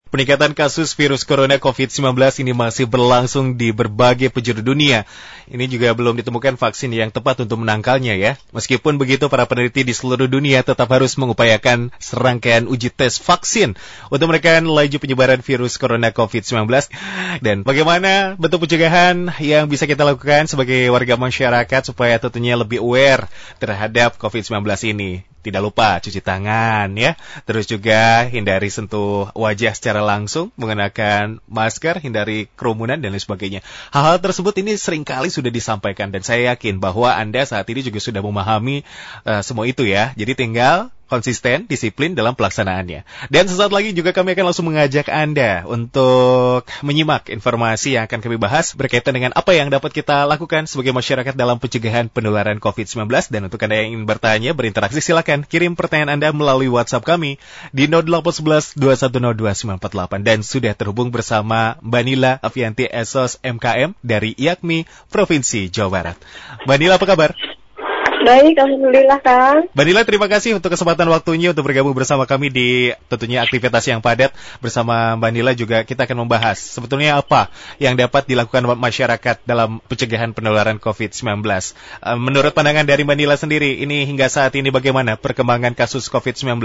Peningkatan kasus virus corona COVID-19 ini masih berlangsung di berbagai penjuru dunia. Ini juga belum ditemukan vaksin yang tepat untuk menangkalnya ya. Meskipun begitu, para peneliti di seluruh dunia tetap harus mengupayakan serangkaian uji tes vaksin untuk menekan laju penyebaran virus corona COVID-19. Dan bagaimana bentuk pencegahan yang bisa kita lakukan sebagai warga masyarakat supaya tentunya lebih aware terhadap COVID-19 ini. Tidak lupa cuci tangan ya. Terus juga hindari sentuh wajah secara langsung, mengenakan masker, hindari kerumunan dan lain sebagainya. Hal-hal tersebut ini seringkali sudah disampaikan dan saya yakin bahwa Anda saat ini juga sudah memahami semua itu ya. Jadi tinggal konsisten, disiplin dalam pelaksanaannya. Dan sesaat lagi juga kami akan langsung mengajak Anda untuk menyimak informasi yang akan kami bahas berkaitan dengan apa yang dapat kita lakukan sebagai masyarakat dalam pencegahan penularan COVID-19. Dan untuk Anda yang ingin bertanya, berinteraksi, silakan kirim pertanyaan Anda melalui WhatsApp kami di 0811 2102 948. Dan sudah terhubung bersama Mbak Nila Afianti Esos MKM dari IAKMI Provinsi Jawa Barat. Mbak Nila, apa kabar? Baik, alhamdulillah Kang. Mbak Nila, terima kasih untuk kesempatan waktunya untuk bergabung bersama kami di tentunya aktivitas yang padat. Bersama Mbak Nila juga kita akan membahas sebetulnya apa yang dapat dilakukan masyarakat dalam pencegahan penularan COVID-19. Menurut pandangan dari Mbak Nila sendiri, ini hingga saat ini bagaimana perkembangan kasus COVID-19?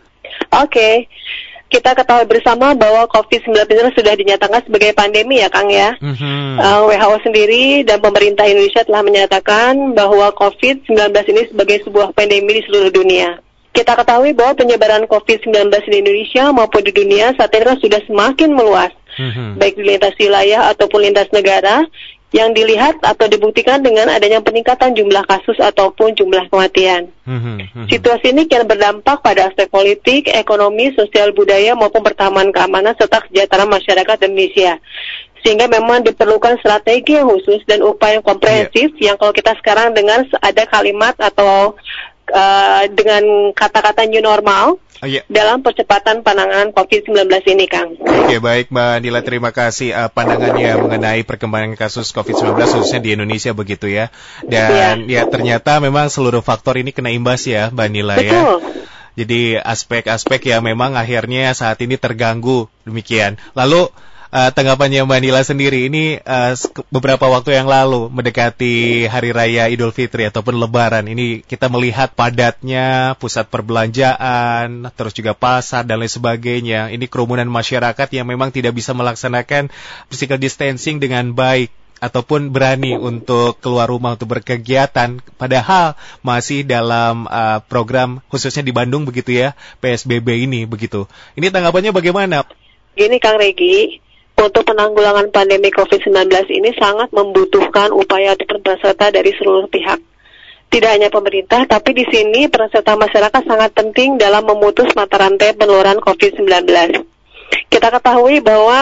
Oke. Kita ketahui bersama bahwa COVID-19 sudah dinyatakan sebagai pandemi ya Kang ya. WHO sendiri dan pemerintah Indonesia telah menyatakan bahwa COVID-19 ini sebagai sebuah pandemi di seluruh dunia. Kita ketahui bahwa penyebaran COVID-19 di Indonesia maupun di dunia saat ini sudah semakin meluas. Baik di lintas wilayah ataupun lintas negara, yang dilihat atau dibuktikan dengan adanya peningkatan jumlah kasus ataupun jumlah kematian. Situasi ini kian berdampak pada aspek politik, ekonomi, sosial budaya maupun pertahanan keamanan serta kesejahteraan masyarakat Indonesia. Sehingga memang diperlukan strategi yang khusus dan upaya yang komprehensif yang kalau kita sekarang dengar ada kalimat atau dengan kata-kata new normal dalam percepatan penanganan COVID-19 ini, Kang. Oke, baik Mbak Nila, terima kasih pandangannya mengenai perkembangan kasus COVID-19 khususnya di Indonesia begitu ya. Dan ya ternyata memang seluruh faktor ini kena imbas ya Mbak Nila. Betul. Ya. Jadi aspek-aspek yang memang akhirnya saat ini terganggu demikian. Lalu tanggapannya Mbak Nila sendiri, ini beberapa waktu yang lalu mendekati Hari Raya Idul Fitri ataupun Lebaran, ini kita melihat padatnya pusat perbelanjaan, terus juga pasar dan lain sebagainya. Ini kerumunan masyarakat yang memang tidak bisa melaksanakan physical distancing dengan baik ataupun berani untuk keluar rumah untuk berkegiatan, padahal masih dalam program khususnya di Bandung begitu ya, PSBB ini begitu. Ini tanggapannya bagaimana? Gini Kang Regi, untuk penanggulangan pandemi COVID-19 ini sangat membutuhkan upaya untuk peran serta dari seluruh pihak. Tidak hanya pemerintah, tapi di sini peran serta masyarakat sangat penting dalam memutus mata rantai penularan COVID-19. Kita ketahui bahwa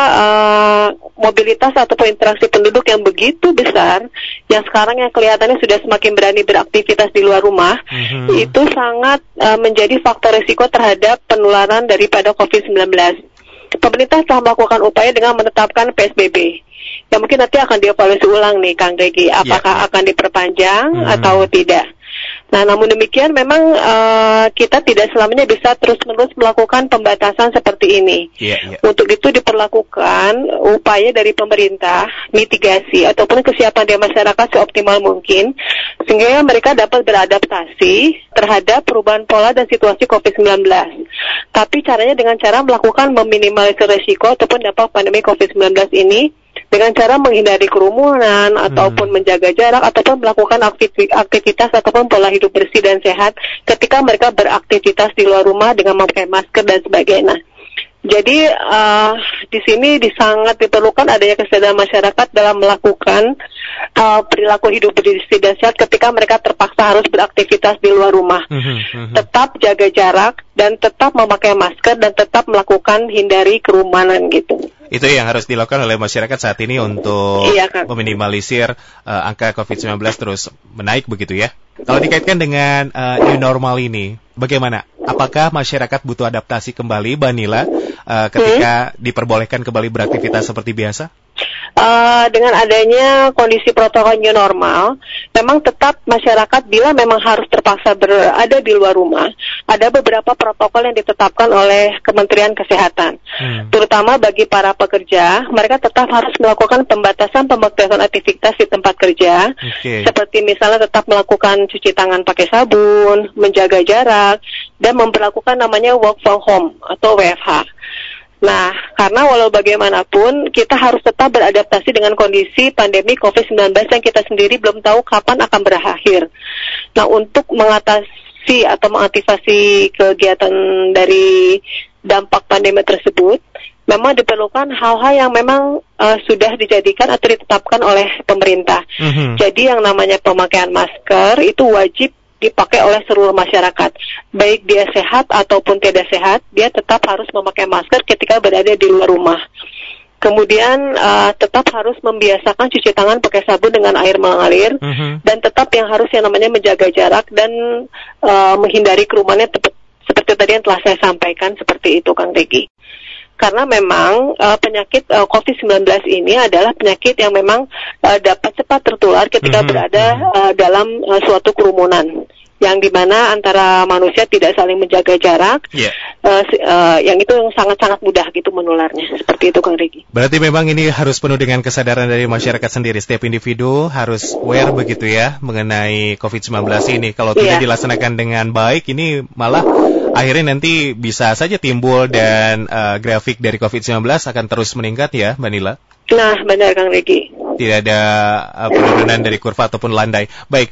mobilitas ataupun interaksi penduduk yang begitu besar, yang sekarang yang kelihatannya sudah semakin berani beraktivitas di luar rumah, itu sangat menjadi faktor risiko terhadap penularan daripada COVID-19. Pemerintah telah melakukan upaya dengan menetapkan PSBB. Ya mungkin nanti akan dievaluasi ulang nih Kang Regi, apakah akan diperpanjang atau tidak. Nah, namun demikian memang kita tidak selamanya bisa terus-menerus melakukan pembatasan seperti ini. Untuk itu diperlakukan upaya dari pemerintah, mitigasi ataupun kesiapan dari masyarakat seoptimal mungkin, sehingga mereka dapat beradaptasi terhadap perubahan pola dan situasi COVID-19. Tapi caranya dengan cara melakukan meminimalisir risiko ataupun dampak pandemi COVID-19 ini, dengan cara menghindari kerumunan ataupun menjaga jarak ataupun melakukan aktivitas ataupun pola hidup bersih dan sehat ketika mereka beraktivitas di luar rumah dengan memakai masker dan sebagainya. Jadi di sini sangat diperlukan adanya kesadaran masyarakat dalam melakukan perilaku hidup bersih dan sehat ketika mereka terpaksa harus beraktivitas di luar rumah. Tetap jaga jarak dan tetap memakai masker dan tetap melakukan hindari kerumunan gitu. Itu yang harus dilakukan oleh masyarakat saat ini untuk meminimalisir angka COVID-19 terus menaik begitu ya. Kalau dikaitkan dengan new normal ini, bagaimana? Apakah masyarakat butuh adaptasi kembali, Mbak Nila, ketika diperbolehkan kembali beraktivitas seperti biasa? Dengan adanya kondisi protokol new normal, memang tetap masyarakat bila memang harus terpaksa berada di luar rumah, ada beberapa protokol yang ditetapkan oleh Kementerian Kesehatan. Terutama bagi para pekerja, mereka tetap harus melakukan pembatasan aktivitas di tempat kerja, seperti misalnya tetap melakukan cuci tangan pakai sabun, menjaga jarak, dan memperlakukan namanya work from home atau WFH. Nah, karena walau bagaimanapun kita harus tetap beradaptasi dengan kondisi pandemi COVID-19 yang kita sendiri belum tahu kapan akan berakhir. Nah, untuk mengatasi atau mengaktifasi kegiatan dari dampak pandemi tersebut, memang diperlukan hal-hal yang memang sudah dijadikan atau ditetapkan oleh pemerintah. Jadi yang namanya pemakaian masker itu wajib dipakai oleh seluruh masyarakat. Baik dia sehat ataupun tidak sehat, dia tetap harus memakai masker ketika berada di luar rumah. Kemudian tetap harus membiasakan cuci tangan pakai sabun dengan air mengalir, dan tetap yang namanya menjaga jarak dan menghindari kerumunan seperti tadi yang telah saya sampaikan, seperti itu Kang Regi. Karena memang penyakit COVID-19 ini adalah penyakit yang memang dapat cepat tertular ketika berada dalam suatu kerumunan, yang dimana antara manusia tidak saling menjaga jarak, yang itu yang sangat-sangat mudah gitu menularnya, seperti itu Kang Regi. Berarti memang ini harus penuh dengan kesadaran dari masyarakat sendiri, setiap individu harus aware begitu ya mengenai COVID-19 ini. Kalau tidak dilaksanakan dengan baik, ini malah akhirnya nanti bisa saja timbul dan grafik dari COVID-19 akan terus meningkat ya, Mbak Nila? Nah, benar Kang Regi. Tidak ada penurunan dari kurva ataupun landai. Baik,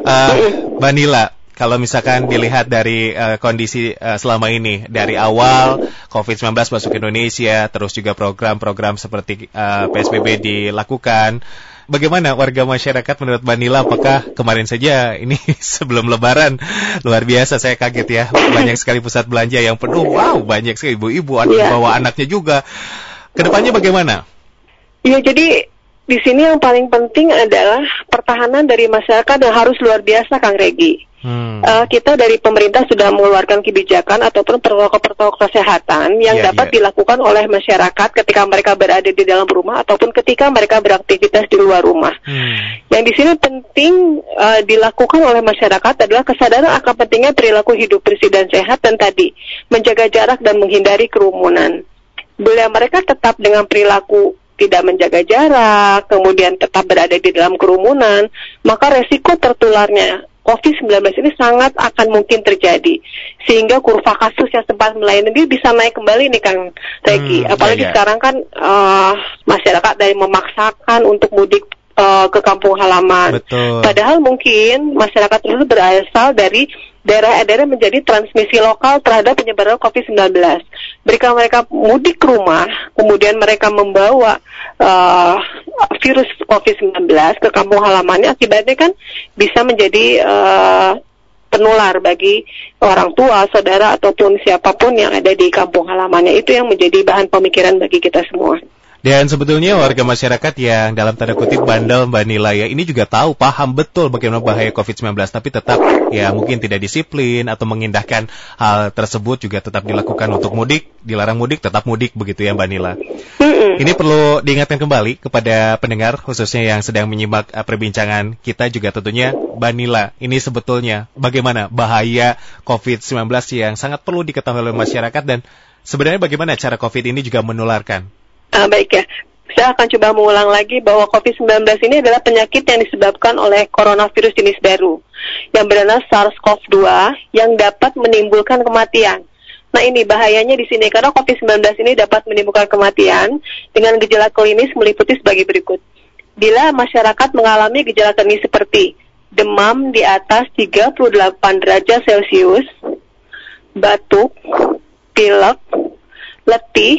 Mbak Nila, kalau misalkan dilihat dari kondisi selama ini, dari awal COVID-19 masuk ke Indonesia, terus juga program-program seperti PSBB dilakukan, bagaimana warga masyarakat menurut Mbak Nila? Apakah kemarin saja ini sebelum Lebaran luar biasa, saya kaget ya, banyak sekali pusat belanja yang penuh, banyak sekali ibu-ibu bawa anaknya juga. Kedepannya bagaimana? Iya, jadi di sini yang paling penting adalah pertahanan dari masyarakat yang harus luar biasa Kang Regi. Kita dari pemerintah sudah mengeluarkan kebijakan ataupun protokol kesehatan yang dapat dilakukan oleh masyarakat ketika mereka berada di dalam rumah ataupun ketika mereka beraktivitas di luar rumah. Yang di sini penting dilakukan oleh masyarakat adalah kesadaran akan pentingnya perilaku hidup bersih dan sehat, dan tadi menjaga jarak dan menghindari kerumunan. Bila mereka tetap dengan perilaku tidak menjaga jarak, kemudian tetap berada di dalam kerumunan, maka resiko tertularnya COVID-19 ini sangat akan mungkin terjadi. Sehingga kurva kasus yang sempat melayani ini bisa naik kembali nih Kang Regi. Apalagi sekarang kan masyarakat dari memaksakan untuk mudik ke kampung halaman. Betul. Padahal mungkin masyarakat tersebut berasal dari daerah-daerah menjadi transmisi lokal terhadap penyebaran COVID-19. Jika mereka mudik ke rumah, kemudian mereka membawa virus COVID-19 ke kampung halamannya, akibatnya kan bisa menjadi penular bagi orang tua, saudara, ataupun siapapun yang ada di kampung halamannya. Itu yang menjadi bahan pemikiran bagi kita semua. Dan sebetulnya warga masyarakat yang dalam tanda kutip bandel, Mbak Nila ya, ini juga tahu, paham betul bagaimana bahaya COVID-19, tapi tetap ya mungkin tidak disiplin atau mengindahkan hal tersebut, juga tetap dilakukan untuk mudik, dilarang mudik, tetap mudik begitu ya Mbak Nila. Ini perlu diingatkan kembali kepada pendengar, khususnya yang sedang menyimak perbincangan kita juga tentunya, Mbak Nila, ini sebetulnya bagaimana bahaya COVID-19 yang sangat perlu diketahui oleh masyarakat, dan sebenarnya bagaimana cara COVID ini juga menularkan? Baik ya, saya akan coba mengulang lagi bahwa COVID-19 ini adalah penyakit yang disebabkan oleh coronavirus jenis baru yang bernama SARS-CoV-2 yang dapat menimbulkan kematian. Nah, ini bahayanya di sini karena COVID-19 ini dapat menimbulkan kematian dengan gejala klinis meliputi sebagai berikut. Bila masyarakat mengalami gejala klinis seperti demam di atas 38 derajat Celcius, batuk, pilek, letih,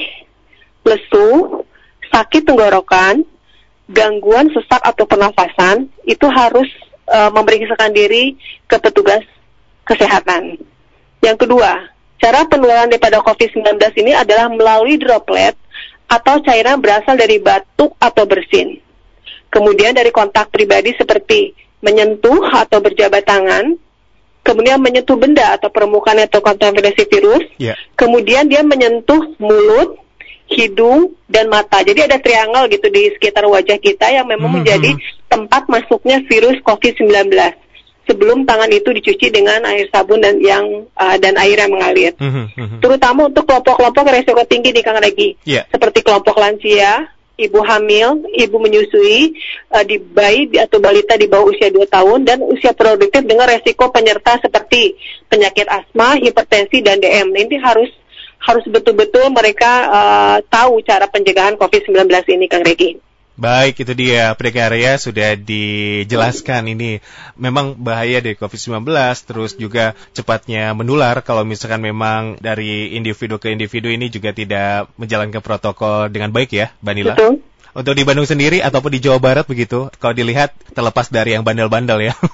lesu, sakit tenggorokan, gangguan sesak atau pernafasan, itu harus memeriksakan diri ke petugas kesehatan. Yang kedua, cara penularan daripada COVID-19 ini adalah melalui droplet atau cairan berasal dari batuk atau bersin. Kemudian dari kontak pribadi seperti menyentuh atau berjabat tangan, kemudian menyentuh benda atau permukaan atau kontaminasi virus, kemudian dia menyentuh mulut, hidung, dan mata. Jadi ada triangle gitu di sekitar wajah kita yang memang menjadi tempat masuknya virus COVID-19. Sebelum tangan itu dicuci dengan air sabun dan air yang mengalir. Terutama untuk kelompok-kelompok resiko tinggi nih Kang Regi. Seperti kelompok lansia, ibu hamil, ibu menyusui, di bayi atau balita di bawah usia 2 tahun, dan usia produktif dengan resiko penyerta seperti penyakit asma, hipertensi, dan DM. Ini harus betul-betul mereka tahu cara pencegahan COVID-19 ini, Kang Regi. Baik, itu dia pendengar ya, sudah dijelaskan ini memang bahaya dari COVID-19, terus juga cepatnya menular kalau misalkan memang dari individu ke individu ini juga tidak menjalankan protokol dengan baik ya, Mbak Nila. Betul. Untuk di Bandung sendiri ataupun di Jawa Barat begitu, kalau dilihat terlepas dari yang bandel-bandel ya.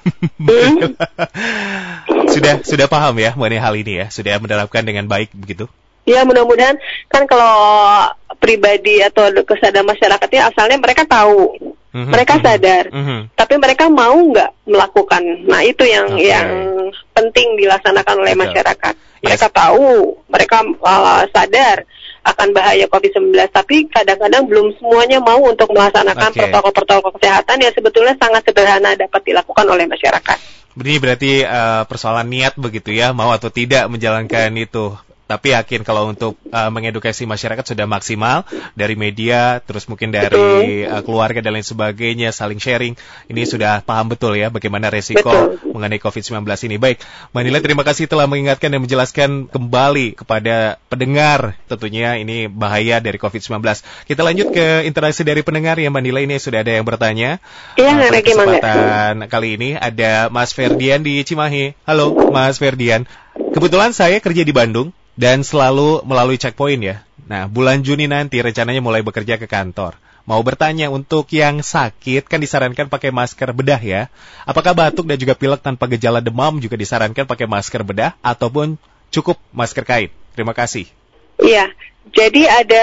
Sudah paham ya mengenai hal ini ya, sudah menerapkan dengan baik begitu. Ya, mudah-mudahan kan kalau pribadi atau kesadaran masyarakatnya asalnya mereka tahu, mereka sadar, tapi mereka mau nggak melakukan. Nah itu yang penting dilaksanakan oleh masyarakat. Mereka tahu, mereka sadar akan bahaya COVID-19, tapi kadang-kadang belum semuanya mau untuk melaksanakan protokol-protokol kesehatan yang sebetulnya sangat sederhana dapat dilakukan oleh masyarakat. Ini berarti persoalan niat begitu ya, mau atau tidak menjalankan itu. Tapi yakin kalau untuk mengedukasi masyarakat sudah maksimal dari media, terus mungkin dari keluarga dan lain sebagainya, saling sharing. Ini sudah paham betul ya bagaimana resiko mengenai COVID-19 ini. Baik, Mbak Nila, terima kasih telah mengingatkan dan menjelaskan kembali kepada pendengar. Tentunya ini bahaya dari COVID-19. Kita lanjut ke interaksi dari pendengar ya, Mbak Nila. Ini sudah ada yang bertanya. Iya, kesempatan kali ini ada Mas Ferdian di Cimahi. Halo, Mas Ferdian. Kebetulan saya kerja di Bandung dan selalu melalui checkpoint ya. Nah, bulan Juni nanti rencananya mulai bekerja ke kantor. Mau bertanya, untuk yang sakit kan disarankan pakai masker bedah ya. Apakah batuk dan juga pilek tanpa gejala demam juga disarankan pakai masker bedah ataupun cukup masker kain? Terima kasih. Iya, jadi ada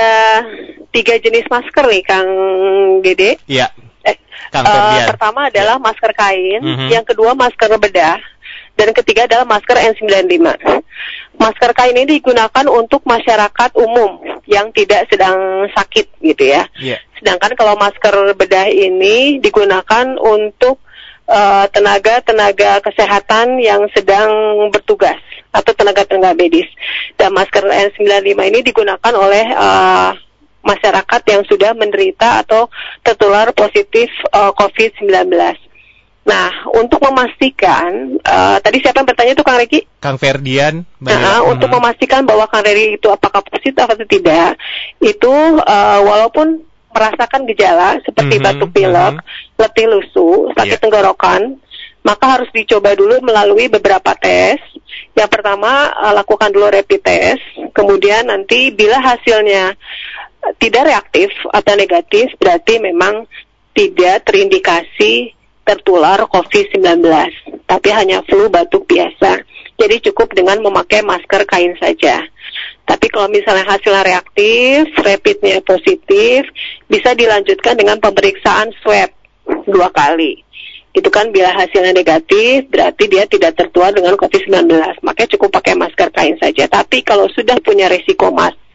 3 jenis masker nih Kang Dede. Iya. Kang Ferdian. Pertama adalah masker kain, yang kedua masker bedah, dan ketiga adalah masker N95. Masker kain ini digunakan untuk masyarakat umum yang tidak sedang sakit gitu ya. Sedangkan kalau masker bedah ini digunakan untuk tenaga-tenaga kesehatan yang sedang bertugas atau tenaga-tenaga medis. Dan masker N95 ini digunakan oleh masyarakat yang sudah menderita atau tertular positif COVID-19. Nah, untuk memastikan, tadi siapa yang bertanya itu Kang Regi? Kang Ferdian. Untuk memastikan bahwa Kang Regi itu apakah positif atau tidak, itu walaupun merasakan gejala seperti batuk pilek, letih lesu, sakit tenggorokan, maka harus dicoba dulu melalui beberapa tes. Yang pertama, lakukan dulu rapid test, kemudian nanti bila hasilnya tidak reaktif atau negatif, berarti memang tidak terindikasi tertular COVID-19, tapi hanya flu batuk biasa. Jadi cukup dengan memakai masker kain saja. Tapi kalau misalnya hasilnya reaktif, rapidnya positif, bisa dilanjutkan dengan pemeriksaan swab 2 kali. Itu kan bila hasilnya negatif, berarti dia tidak tertular dengan COVID-19. Makanya cukup pakai masker kain saja. Tapi kalau sudah punya risiko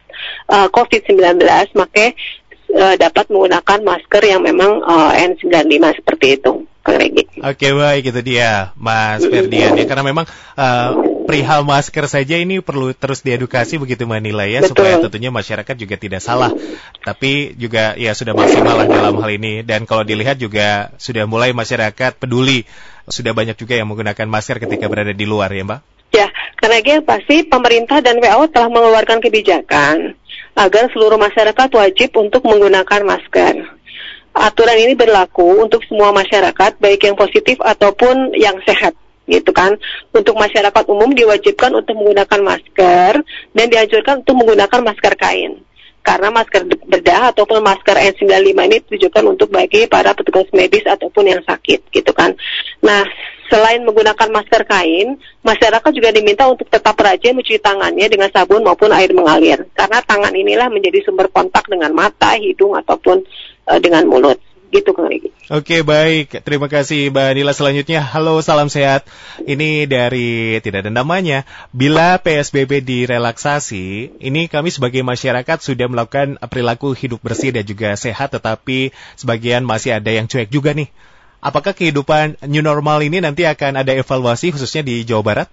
COVID-19, maka dapat menggunakan masker yang memang N95 seperti itu. Oke, baik, itu dia Mas Ferdian ya, karena memang perihal masker saja ini perlu terus diedukasi begitu Mbak Nila ya. Supaya tentunya masyarakat juga tidak salah, tapi juga ya sudah maksimal lah dalam hal ini. Dan kalau dilihat juga sudah mulai masyarakat peduli, sudah banyak juga yang menggunakan masker ketika berada di luar ya Mbak. Ya, karena pasti pemerintah dan WHO telah mengeluarkan kebijakan agar seluruh masyarakat wajib untuk menggunakan masker. Aturan ini berlaku untuk semua masyarakat, baik yang positif ataupun yang sehat, gitu kan. Untuk masyarakat umum diwajibkan untuk menggunakan masker dan dianjurkan untuk menggunakan masker kain. Karena masker bedah ataupun masker N95 ini ditujukan untuk bagi para petugas medis ataupun yang sakit, gitu kan. Nah, selain menggunakan masker kain, masyarakat juga diminta untuk tetap rajin mencuci tangannya dengan sabun maupun air mengalir. Karena tangan inilah menjadi sumber kontak dengan mata, hidung, ataupun dengan mulut. gitu Kang Regi. Oke, baik. Terima kasih Mbak Nila. Selanjutnya, halo, salam sehat. Ini dari, tidak ada namanya, bila PSBB direlaksasi, ini kami sebagai masyarakat sudah melakukan perilaku hidup bersih dan juga sehat, tetapi sebagian masih ada yang cuek juga nih. Apakah kehidupan new normal ini nanti akan ada evaluasi khususnya di Jawa Barat?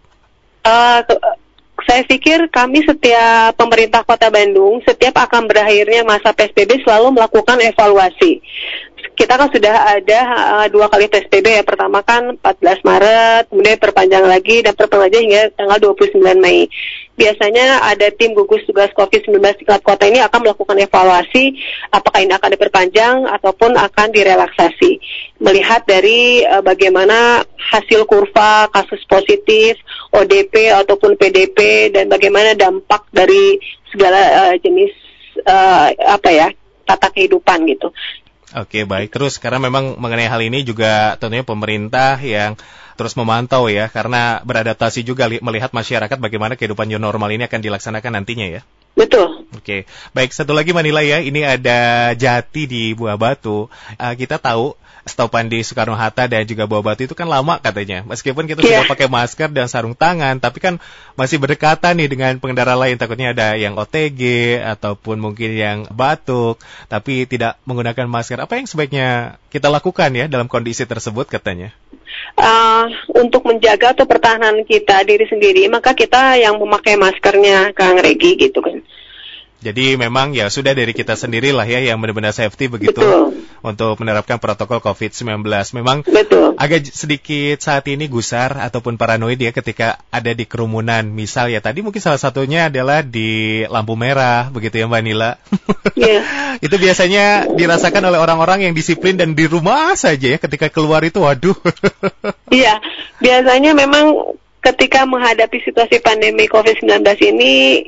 Saya pikir kami setiap pemerintah Kota Bandung, setiap akan berakhirnya masa PSBB selalu melakukan evaluasi. Kita kan sudah ada 2 kali PSBB ya. Pertama kan 14 Maret, kemudian perpanjang lagi dan perpanjang hingga tanggal 29 Mei. Biasanya ada tim gugus tugas COVID-19 tingkat kota ini akan melakukan evaluasi apakah ini akan diperpanjang ataupun akan direlaksasi. Melihat dari bagaimana hasil kurva kasus positif, ODP ataupun PDP dan bagaimana dampak dari segala jenis tata kehidupan gitu. Oke, baik. Terus karena memang mengenai hal ini juga tentunya pemerintah yang terus memantau ya, karena beradaptasi juga melihat masyarakat bagaimana kehidupan new normal ini akan dilaksanakan nantinya ya. Betul. Oke, baik. Satu lagi Manila ya, ini ada Jati di Buah Batu. Kita tahu stopan di Soekarno-Hatta dan juga Buah Batu itu kan lama katanya. Meskipun kita sudah pakai masker dan sarung tangan, tapi kan masih berdekatan nih dengan pengendara lain. Takutnya ada yang OTG ataupun mungkin yang batuk, tapi tidak menggunakan masker. Apa yang sebaiknya kita lakukan ya dalam kondisi tersebut katanya? Untuk menjaga atau pertahanan kita diri sendiri, maka kita yang memakai maskernya, Kang Regi, gitu kan. Jadi memang ya sudah dari kita sendirilah ya yang benar-benar safety begitu. Betul. Untuk menerapkan protokol COVID-19. Memang betul. Agak sedikit saat ini gusar ataupun paranoid ya ketika ada di kerumunan. Misal ya tadi mungkin salah satunya adalah di lampu merah begitu ya Mbak Nila. Yeah. Itu biasanya dirasakan oleh orang-orang yang disiplin dan di rumah saja ya, ketika keluar itu waduh. Iya, biasanya memang ketika menghadapi situasi pandemi COVID-19 ini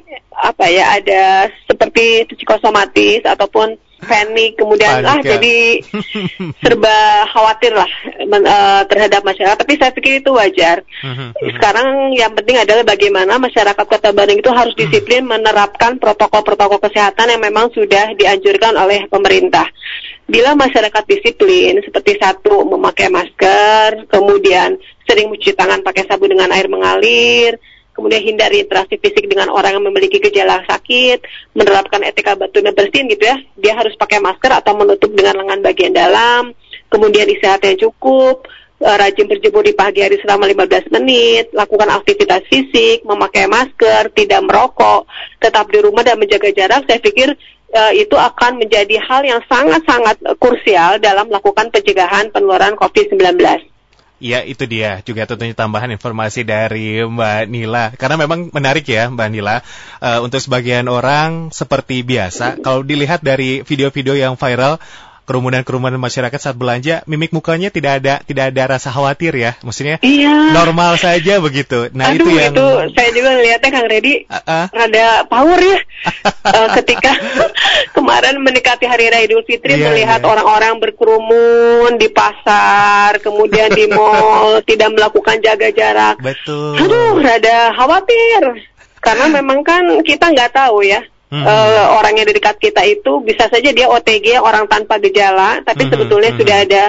ada seperti psikosomatis ataupun panik, kemudian jadi serba khawatir lah terhadap masyarakat. Tapi saya pikir itu wajar. Sekarang yang penting adalah bagaimana masyarakat Kota Bandung itu harus disiplin menerapkan protokol-protokol kesehatan yang memang sudah dianjurkan oleh pemerintah. Bila masyarakat disiplin, seperti satu, memakai masker, kemudian sering mencuci tangan pakai sabun dengan air mengalir, kemudian hindari interaksi fisik dengan orang yang memiliki gejala sakit, menerapkan etika batuk dan bersin gitu ya. Dia harus pakai masker atau menutup dengan lengan bagian dalam, kemudian istirahat yang cukup, rajin berjemur di pagi hari selama 15 menit, lakukan aktivitas fisik, memakai masker, tidak merokok, tetap di rumah dan menjaga jarak. Saya pikir itu akan menjadi hal yang sangat-sangat krusial dalam melakukan pencegahan penularan COVID-19. Ya, itu dia juga tentunya tambahan informasi dari Mbak Nila. Karena memang menarik ya Mbak Nila, untuk sebagian orang seperti biasa, kalau dilihat dari video-video yang viral, kerumunan masyarakat saat belanja, mimik mukanya tidak ada rasa khawatir ya. Maksudnya normal saja begitu. Nah, itu yang saya juga lihatnya Kang Redi rada power ya. Ketika kemarin mendekati Hari Raya Idul Fitri melihat orang-orang berkerumun di pasar, kemudian di mall, tidak melakukan jaga jarak. Betul. Rada khawatir. Karena memang kan kita nggak tahu ya. Orang yang di dekat kita itu bisa saja dia OTG, orang tanpa gejala, tapi sebetulnya sudah ada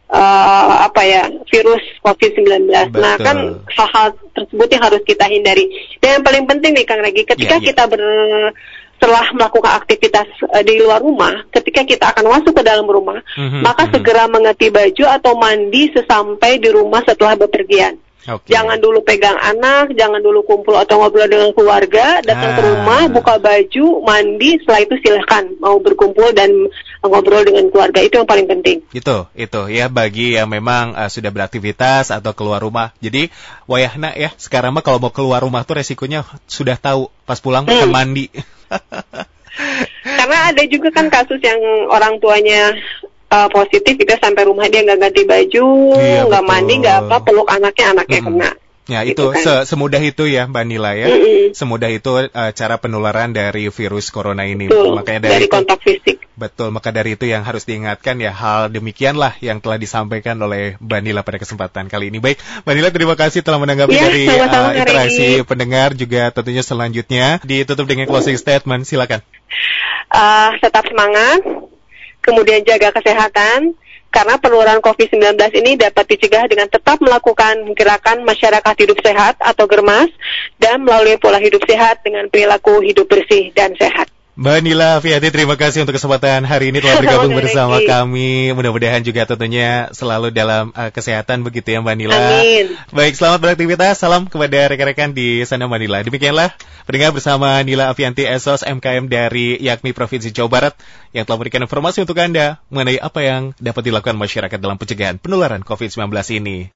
virus COVID-19. Betul. Nah, kan hal-hal tersebut yang harus kita hindari. Dan yang paling penting nih Kang Regi, ketika kita setelah melakukan aktivitas di luar rumah, ketika kita akan masuk ke dalam rumah, maka segera mengganti baju atau mandi sesampai di rumah setelah bepergian. Okay. Jangan dulu pegang anak, jangan dulu kumpul atau ngobrol dengan keluarga, datang ke rumah, buka baju, mandi, setelah itu silahkan mau berkumpul dan ngobrol dengan keluarga. Itu yang paling penting. Itu ya bagi yang memang sudah beraktivitas atau keluar rumah. Jadi wayahna ya, sekarang mah kalau mau keluar rumah tuh resikonya sudah tahu, pas pulang akan mandi. Karena ada juga kan kasus yang orang tuanya positif gitu sampai rumah dia nggak ganti baju, nggak mandi, nggak peluk anaknya kena. Ya gitu itu kan. Semudah itu ya Mbak Nila ya. Semudah itu cara penularan dari virus corona ini. Makanya dari kontak fisik. Betul, maka dari itu yang harus diingatkan ya, hal demikianlah yang telah disampaikan oleh Mbak Nila pada kesempatan kali ini. Baik, Mbak Nila terima kasih telah menanggapi dari interaksi pendengar, juga tentunya selanjutnya ditutup dengan closing statement, silakan. Tetap semangat. Kemudian jaga kesehatan, Karena penularan COVID-19 ini dapat dicegah dengan tetap melakukan gerakan masyarakat hidup sehat atau GERMAS dan melalui pola hidup sehat dengan perilaku hidup bersih dan sehat. Mbak Nila Afianti, terima kasih untuk kesempatan hari ini telah bergabung bersama kami. Mudah-mudahan juga tentunya selalu dalam kesehatan begitu ya Mbak Nila. Amin. Baik, selamat beraktivitas. Salam kepada rekan-rekan di sana Mbak Nila. Demikianlah pendengar bersama Nila Afianti, Esos MKM dari YAKMI Provinsi Jawa Barat yang telah memberikan informasi untuk Anda mengenai apa yang dapat dilakukan masyarakat dalam pencegahan penularan COVID-19 ini.